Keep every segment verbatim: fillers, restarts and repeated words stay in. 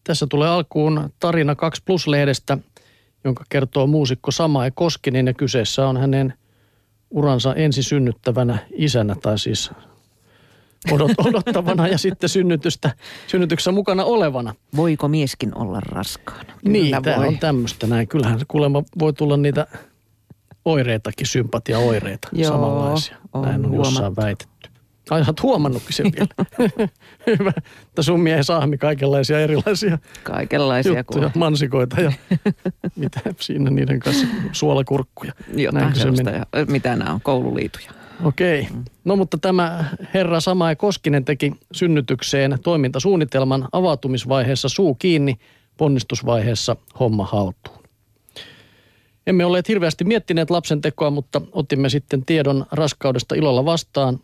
Tässä tulee alkuun tarina kaksi plus-lehdestä, jonka kertoo muusikko Samae Koskinen, ja kyseessä on hänen uransa ensisynnyttävänä isänä, tai siis odot, odottavana ja sitten synnytystä, synnytyksessä mukana olevana. Voiko mieskin olla raskaana? Kyllä niin, tämä voi. on tämmöistä näin. Kyllähän kuulemma voi tulla niitä oireitakin, sympatiaoireita, Joo, samanlaisia. on Näin on huomattu. jossain väitetty. Ai, olet huomannutkin sen vielä. Hyvä, että sun miehen saami kaikenlaisia erilaisia Kaikenlaisia juttuja, mansikoita ja mitä siinä niiden kanssa, suolakurkkuja. Jotain sellaista. Ja, mitä nämä on, koululiituja. Okei. No mutta tämä herra Samae Koskinen teki synnytykseen toimintasuunnitelman, avautumisvaiheessa suu kiinni, ponnistusvaiheessa homma haltuun. Emme olleet hirveästi miettineet lapsen tekoa, mutta otimme sitten tiedon raskaudesta ilolla vastaan.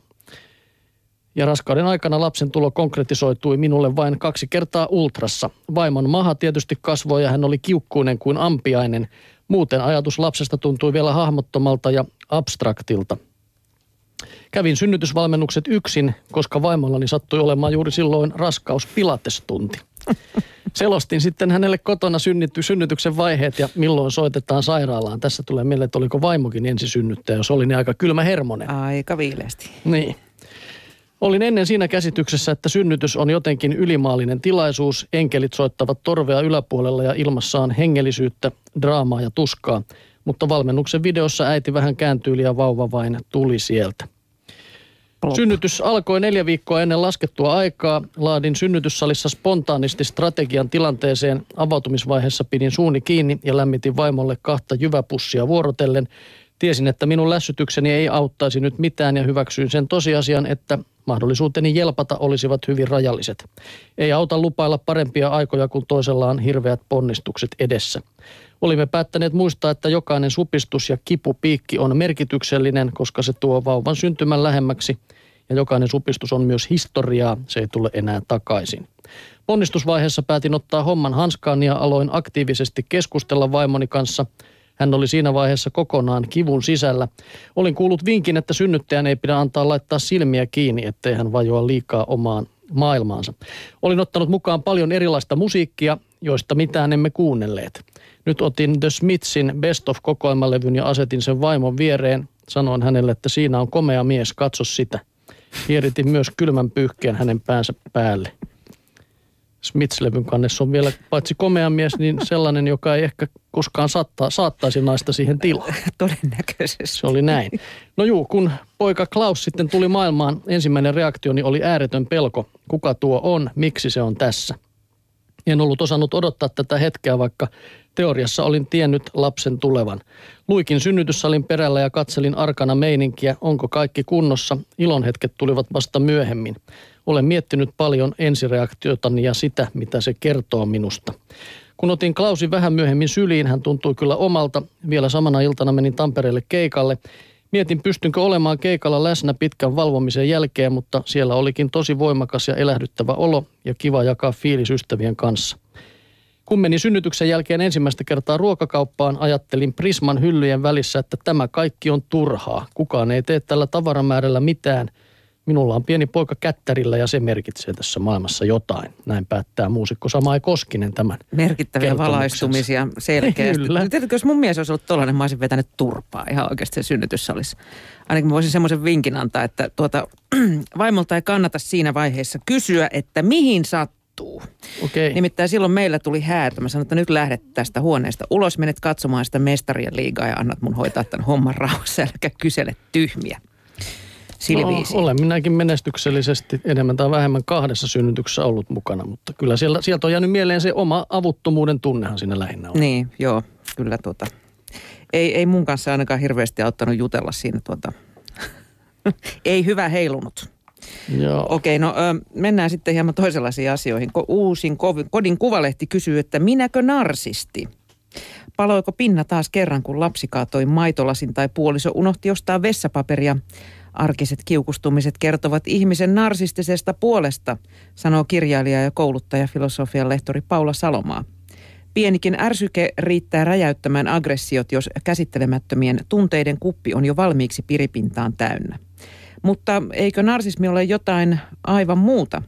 Ja raskauden aikana lapsen tulo konkretisoitui minulle vain kaksi kertaa ultrassa. Vaimon maha tietysti kasvoi ja hän oli kiukkuinen kuin ampiainen. Muuten ajatus lapsesta tuntui vielä hahmottomalta ja abstraktilta. Kävin synnytysvalmennukset yksin, koska vaimollani sattui olemaan juuri silloin raskauspilatestunti. Selostin sitten hänelle kotona synnytty, synnytyksen vaiheet ja milloin soitetaan sairaalaan. Tässä tulee mieleen, että oliko vaimokin ensisynnyttäjä, jos oli niin aika kylmä hermonen. Aika viileästi. Niin. Olin ennen siinä käsityksessä, että synnytys on jotenkin ylimaallinen tilaisuus. Enkelit soittavat torvea yläpuolella ja ilmassa on hengellisyyttä, draamaa ja tuskaa. Mutta valmennuksen videossa äiti vähän kääntyi ja vauva vain tuli sieltä. Plop. Synnytys alkoi neljä viikkoa ennen laskettua aikaa. Laadin synnytyssalissa spontaanisti strategian tilanteeseen. Avautumisvaiheessa pidin suuni kiinni ja lämmitin vaimolle kahta jyväpussia vuorotellen. Tiesin, että minun lässytykseni ei auttaisi nyt mitään ja hyväksyin sen tosiasian, että mahdollisuuteni jelpata olisivat hyvin rajalliset. Ei auta lupailla parempia aikoja, kun toisella on hirveät ponnistukset edessä. Olimme päättäneet muistaa, että jokainen supistus ja kipupiikki on merkityksellinen, koska se tuo vauvan syntymän lähemmäksi. Ja jokainen supistus on myös historiaa, se ei tule enää takaisin. Ponnistusvaiheessa päätin ottaa homman hanskaan ja aloin aktiivisesti keskustella vaimoni kanssa. Hän oli siinä vaiheessa kokonaan kivun sisällä. Olin kuullut vinkin, että synnyttäjän ei pidä antaa laittaa silmiä kiinni, ettei hän vajoa liikaa omaan maailmaansa. Olin ottanut mukaan paljon erilaista musiikkia, joista mitään emme kuunnelleet. Nyt otin The Smithsin Best of-kokoelmalevyn ja asetin sen vaimon viereen. Sanoin hänelle, että siinä on komea mies, katso sitä. Hieritin myös kylmän pyyhkeen hänen päänsä päälle. Smiths-levyn kannessa on vielä paitsi komea mies, niin sellainen, joka ei ehkä koskaan saattaa, saattaisi naista siihen tilaan. Todennäköisesti. Se oli näin. No juu, kun poika Klaus sitten tuli maailmaan, ensimmäinen reaktioni oli ääretön pelko. Kuka tuo on, miksi se on tässä? En ollut osannut odottaa tätä hetkeä, vaikka teoriassa olin tiennyt lapsen tulevan. Luikin synnytyssalin perällä ja katselin arkana meininkiä, onko kaikki kunnossa. Ilonhetket tulivat vasta myöhemmin. Olen miettinyt paljon ensireaktiotani ja sitä, mitä se kertoo minusta. Kun otin Klausin vähän myöhemmin syliin, hän tuntui kyllä omalta. Vielä samana iltana menin Tampereelle keikalle. Mietin, pystynkö olemaan keikalla läsnä pitkän valvomisen jälkeen, mutta siellä olikin tosi voimakas ja elähdyttävä olo ja kiva jakaa fiilis ystävien kanssa. Kun menin synnytyksen jälkeen ensimmäistä kertaa ruokakauppaan, ajattelin Prisman hyllyjen välissä, että tämä kaikki on turhaa. Kukaan ei tee tällä tavaramäärällä mitään. Minulla on pieni poika kättärillä ja se merkitsee tässä maailmassa jotain. Näin päättää muusikko Samae Koskinen tämän merkittäviä valaistumisia selkeästi. Kyllä. Tiedätkö, jos mun mies olisi ollut tollainen, mä olisin vetänyt turpaa ihan oikeasti se synnytyssalissa. Ainakin mä voisin semmoisen vinkin antaa, että tuota, vaimolta ei kannata siinä vaiheessa kysyä, että mihin sattuu. Okay. Nimittäin silloin meillä tuli häätö. Mä sanoin, että nyt lähdet tästä huoneesta ulos, menet katsomaan sitä mestarien liigaa ja annat mun hoitaa tämän homman rauhassa, äläkä kysele tyhmiä. No, olen minäkin menestyksellisesti enemmän tai vähemmän kahdessa synnytyksessä ollut mukana, mutta kyllä sieltä, sieltä on jäänyt mieleen se oma avuttomuuden tunnehan siinä lähinnä on. Niin, joo, kyllä tuota. Ei, ei mun kanssa ainakaan hirveästi auttanut jutella siinä tuota. Ei hyvä heilunut. Joo. Okei, no mennään sitten hieman toisenlaisiin asioihin. Uusin Kodin Kuvalehti kysyy, että minäkö narsisti? Paloiko pinna taas kerran, kun lapsi kaatoi maitolasin tai puoliso unohti ostaa vessapaperia? Arkiset kiukustumiset kertovat ihmisen narsistisesta puolesta, sanoo kirjailija ja kouluttaja filosofian lehtori Paula Salomaa. Pienikin ärsyke riittää räjäyttämään aggressiot, jos käsittelemättömien tunteiden kuppi on jo valmiiksi piripintaan täynnä. Mutta eikö narsismi ole jotain aivan muuta?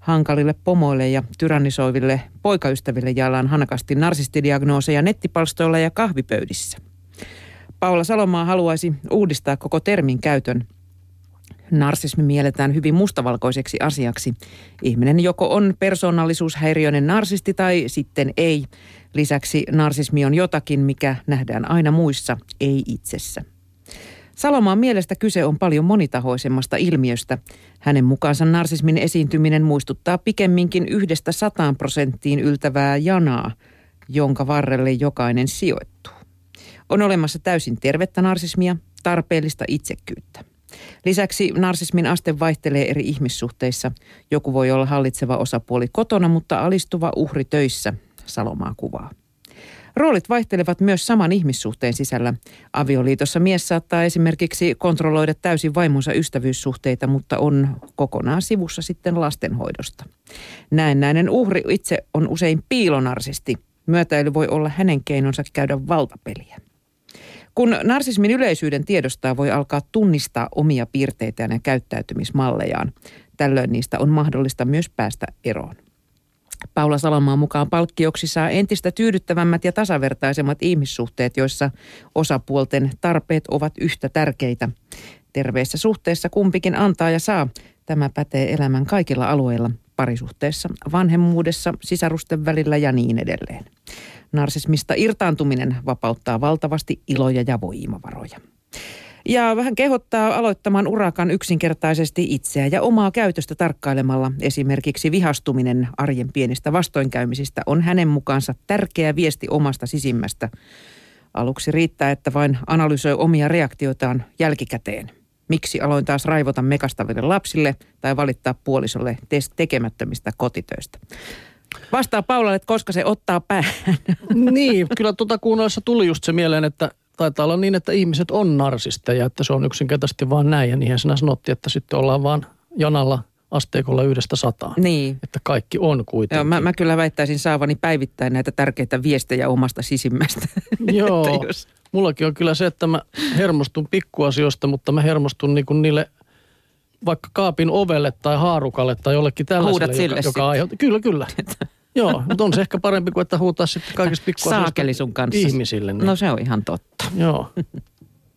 Hankalille pomoille ja tyrannisoiville poikaystäville jaellaan hanakasti narsistidiagnooseja nettipalstoilla ja kahvipöydissä. Paula Salomaa haluaisi uudistaa koko termin käytön. Narsismi mielletään hyvin mustavalkoiseksi asiaksi. Ihminen joko on persoonallisuushäiriöinen narsisti tai sitten ei. Lisäksi narsismi on jotakin, mikä nähdään aina muissa, ei itsessä. Salomaan mielestä kyse on paljon monitahoisemmasta ilmiöstä. Hänen mukaansa narsismin esiintyminen muistuttaa pikemminkin yhdestä sataan prosenttiin yltävää janaa, jonka varrelle jokainen sijoittuu. On olemassa täysin tervettä narsismia, tarpeellista itsekkyyttä. Lisäksi narsismin aste vaihtelee eri ihmissuhteissa. Joku voi olla hallitseva osapuoli kotona, mutta alistuva uhri töissä, Salomaa kuvaa. Roolit vaihtelevat myös saman ihmissuhteen sisällä. Avioliitossa mies saattaa esimerkiksi kontrolloida täysin vaimonsa ystävyyssuhteita, mutta on kokonaan sivussa sitten lastenhoidosta. Näennäinen uhri itse on usein piilonarsisti. Myötäily voi olla hänen keinonsa käydä valtapeliä. Kun narsismin yleisyyden tiedostaa, voi alkaa tunnistaa omia piirteitään ja käyttäytymismallejaan. Tällöin niistä on mahdollista myös päästä eroon. Paula Salomaan mukaan palkkioksi saa entistä tyydyttävämmät ja tasavertaisemmat ihmissuhteet, joissa osapuolten tarpeet ovat yhtä tärkeitä. Terveessä suhteessa kumpikin antaa ja saa. Tämä pätee elämän kaikilla alueilla, parisuhteessa, vanhemmuudessa, sisarusten välillä ja niin edelleen. Narsismista irtaantuminen vapauttaa valtavasti iloja ja voimavaroja. Ja vähän kehottaa aloittamaan urakan yksinkertaisesti itseä ja omaa käytöstä tarkkailemalla. Esimerkiksi vihastuminen arjen pienistä vastoinkäymisistä on hänen mukaansa tärkeä viesti omasta sisimmästä. Aluksi riittää, että vain analysoi omia reaktioitaan jälkikäteen. Miksi aloin taas raivota mekastaville lapsille tai valittaa puolisolle tekemättömistä kotitöistä? Vastaa Paulalle, että koska se ottaa päähän. Niin, kyllä tuota kuunnellessa tuli just se mieleen, että taitaa olla niin, että ihmiset on narsisteja, että se on yksinkertaisesti vaan näin. Ja niinhän sinä sanottiin, että sitten ollaan vaan janalla asteikolla yhdestä sataan. Niin. Että kaikki on kuitenkin. Joo, mä, mä kyllä väittäisin saavani päivittäin näitä tärkeitä viestejä omasta sisimmästä. Joo, jos... mullakin on kyllä se, että mä hermostun pikkuasioista, mutta mä hermostun niinku niille vaikka kaapin ovelle tai haarukalle tai jollekin tällaiselle, joka, joka aiheuttaa. Kyllä, kyllä. Joo, mutta on se ehkä parempi kuin että huutaa sitten kaikista pikkuasioista saakeli sun kanssa ihmisille. Niin. No se on ihan totta. Joo.